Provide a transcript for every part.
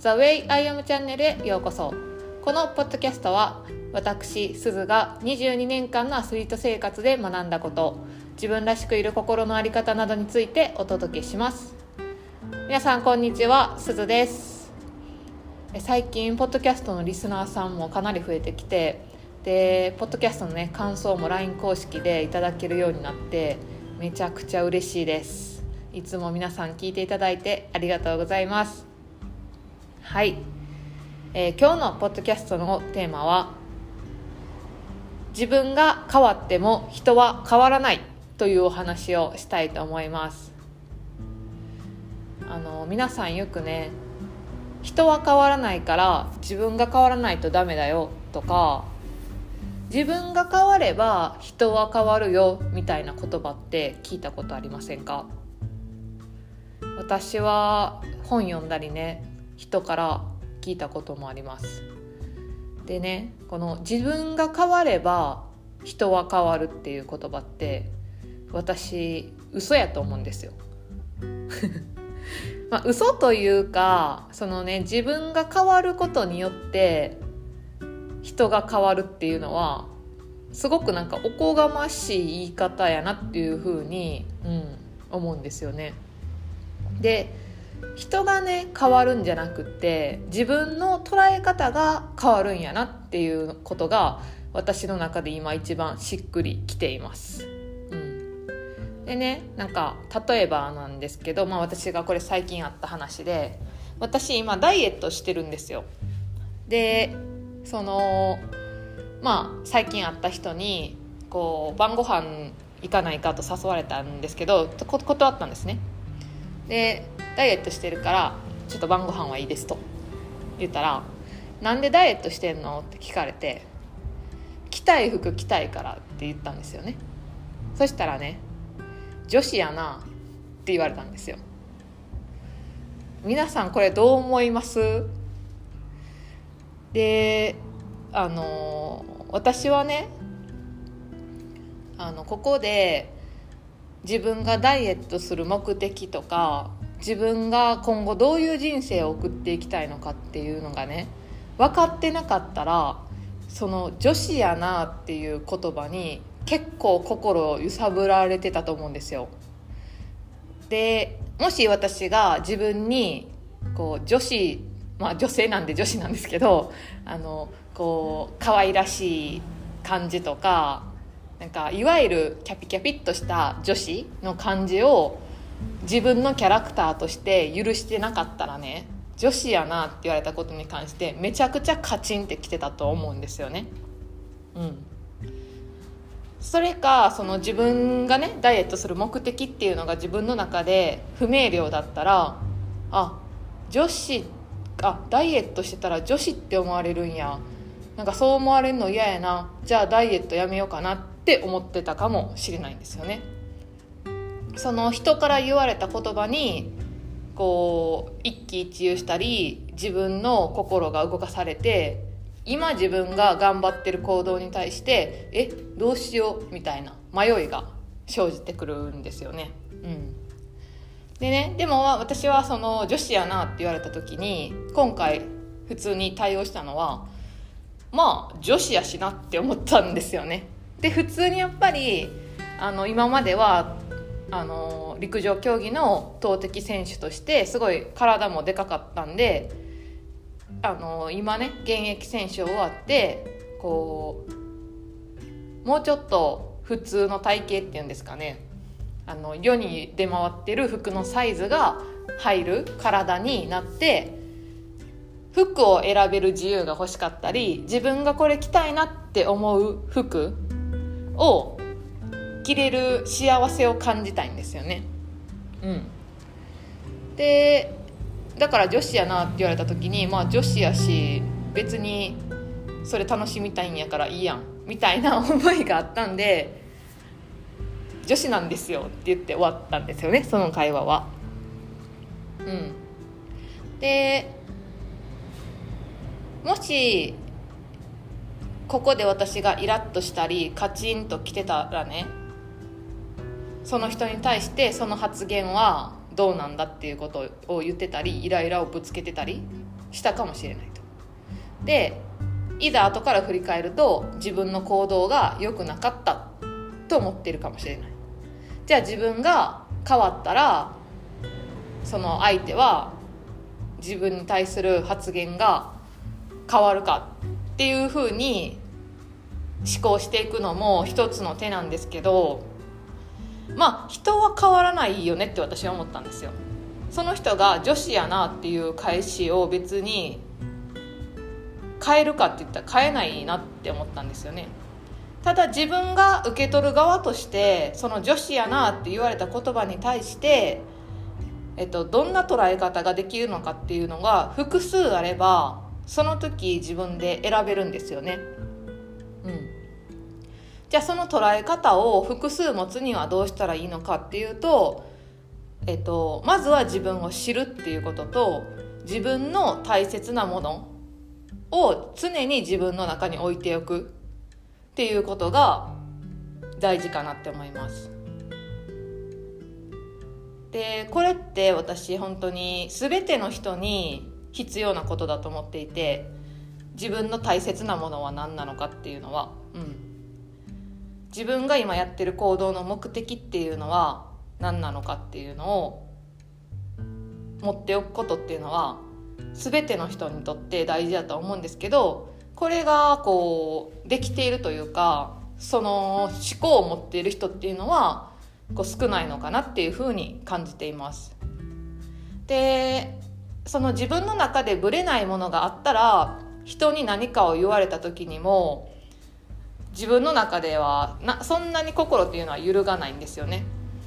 The Way I Am チャンネルへようこそ。このポッドキャストは私すずが22年間のアスリート生活で学んだこと、自分らしくいる心の在り方などについてお届けします。皆さんこんにちは、すずです。最近ポッドキャストのリスナーさんもかなり増えてきて、でポッドキャストの感想も LINE 公式でいただけるようになってめちゃくちゃ嬉しいです。いつも皆さん聞いていただいてありがとうございます。はい、今日のポッドキャストのテーマは、自分が変わっても人は変わらないというお話をしたいと思います。皆さんよくね、人は変わらないから自分が変わらないとダメだよとか、自分が変われば人は変わるよみたいな言葉って聞いたことありませんか？私は本読んだりね、人から聞いたこともあります。でね、この自分が変われば人は変わるっていう言葉って私嘘やと思うんですよ。嘘というか、自分が変わることによって人が変わるっていうのはすごくおこがましい言い方やなっていうふうに、思うんですよね。で、人がね変わるんじゃなくって自分の捉え方が変わるんやなっていうことが私の中で今一番しっくりきています。でね、例えばなんですけど、私がこれ最近あった話で、私今ダイエットしてるんですよ。で最近会った人に晩ご飯行かないかと誘われたんですけど、断ったんですね。でダイエットしてるからちょっと晩ご飯はいいですと言ったら、なんでダイエットしてんのって聞かれて、着たい服着たいからって言ったんですよね。そしたらね、女子やなって言われたんですよ。皆さんこれどう思います？で私はね、ここで自分がダイエットする目的とか、自分が今後どういう人生を送っていきたいのかっていうのがね分かってなかったら、その女子やなっていう言葉に結構心を揺さぶられてたと思うんですよ。でもし私が自分に女子、女性なんで女子なんですけど、可愛らしい感じとか、いわゆるキャピキャピっとした女子の感じを自分のキャラクターとして許してなかったらね、女子やなって言われたことに関してめちゃくちゃカチンってきてたと思うんですよね。それか自分がねダイエットする目的っていうのが自分の中で不明瞭だったら、ダイエットしてたら女子って思われるんや、そう思われるの嫌やな、じゃあダイエットやめようかなって思ってたかもしれないんですよね。その人から言われた言葉に一喜一憂したり、自分の心が動かされて、今自分が頑張ってる行動に対してどうしようみたいな迷いが生じてくるんですよね。でね、でも私はその女子やなって言われた時に今回普通に対応したのは、女子やしなって思ったんですよね。で普通にやっぱり今までは陸上競技の投擲選手としてすごい体もでかかったんで、今ね現役選手終わってもうちょっと普通の体型っていうんですかね、世に出回ってる服のサイズが入る体になって、服を選べる自由が欲しかったり、自分がこれ着たいなって思う服を着れる幸せを感じたいんですよね。でだから女子やなって言われた時に、女子やし別にそれ楽しみたいんやからいいやんみたいな思いがあったんで、女子なんですよって言って終わったんですよね、その会話は。でもしここで私がイラッとしたりカチンときてたらね、その人に対してその発言はどうなんだっていうことを言ってたり、イライラをぶつけてたりしたかもしれないと。でいざ後から振り返ると自分の行動が良くなかったと思っているかもしれない。じゃあ自分が変わったらその相手は自分に対する発言が変わるかっていうふうに思考していくのも一つの手なんですけど、人は変わらないよねって私は思ったんですよ。その人が女子やなっていう返しを別に変えるかって言ったら変えないなって思ったんですよね。ただ自分が受け取る側としてその女子やなって言われた言葉に対してどんな捉え方ができるのかっていうのが複数あればその時自分で選べるんですよね。じゃあその捉え方を複数持つにはどうしたらいいのかっていうと、まずは自分を知るっていうことと自分の大切なものを常に自分の中に置いておくっていうことが大事かなって思います。でこれって私本当に全ての人に必要なことだと思っていて、自分の大切なものは何なのかっていうのは、自分が今やってる行動の目的っていうのは何なのかっていうのを持っておくことっていうのは全ての人にとって大事だと思うんですけど、これができているというかその思考を持っている人っていうのは少ないのかなっていうふうに感じています。でその自分の中でブレないものがあったら人に何かを言われた時にも自分の中ではそんなに心っていうのは揺るがないんですよね。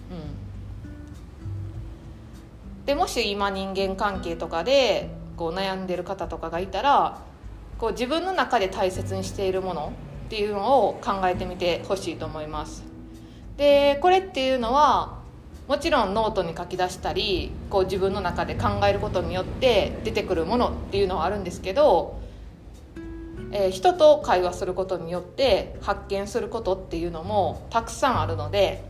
でもし今人間関係とかで悩んでる方とかがいたら自分の中で大切にしているものっていうのを考えてみてほしいと思います。でこれっていうのはもちろんノートに書き出したり自分の中で考えることによって出てくるものっていうのはあるんですけど、人と会話することによって発見することっていうのもたくさんあるので、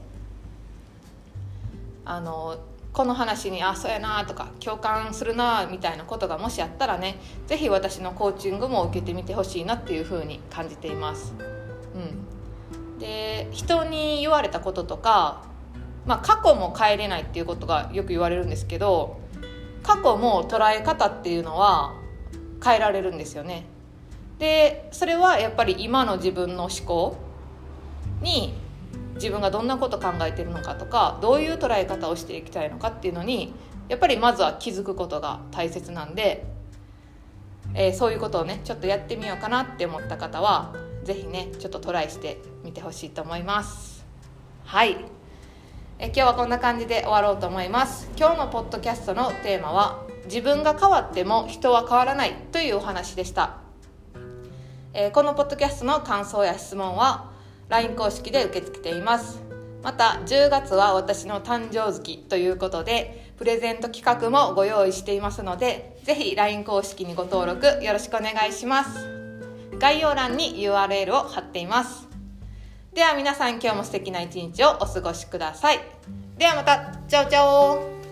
この話にそうやなとか共感するなみたいなことがもしあったらね、ぜひ私のコーチングも受けてみてほしいなっていうふうに感じています。で人に言われたこととか、過去も変えれないっていうことがよく言われるんですけど、過去も捉え方っていうのは変えられるんですよね。でそれはやっぱり今の自分の思考に自分がどんなこと考えてるのかとかどういう捉え方をしていきたいのかっていうのにやっぱりまずは気づくことが大切なんで、そういうことをねちょっとやってみようかなって思った方はぜひねちょっとトライしてみてほしいと思います。はい、今日はこんな感じで終わろうと思います。今日のポッドキャストのテーマは自分が変わっても人は変わらないというお話でした。このポッドキャストの感想や質問は LINE 公式で受け付けています。また10月は私の誕生月ということでプレゼント企画もご用意していますので、ぜひ LINE 公式にご登録よろしくお願いします。概要欄に URL を貼っています。では皆さん今日も素敵な一日をお過ごしください。ではまた、チャオチャオ。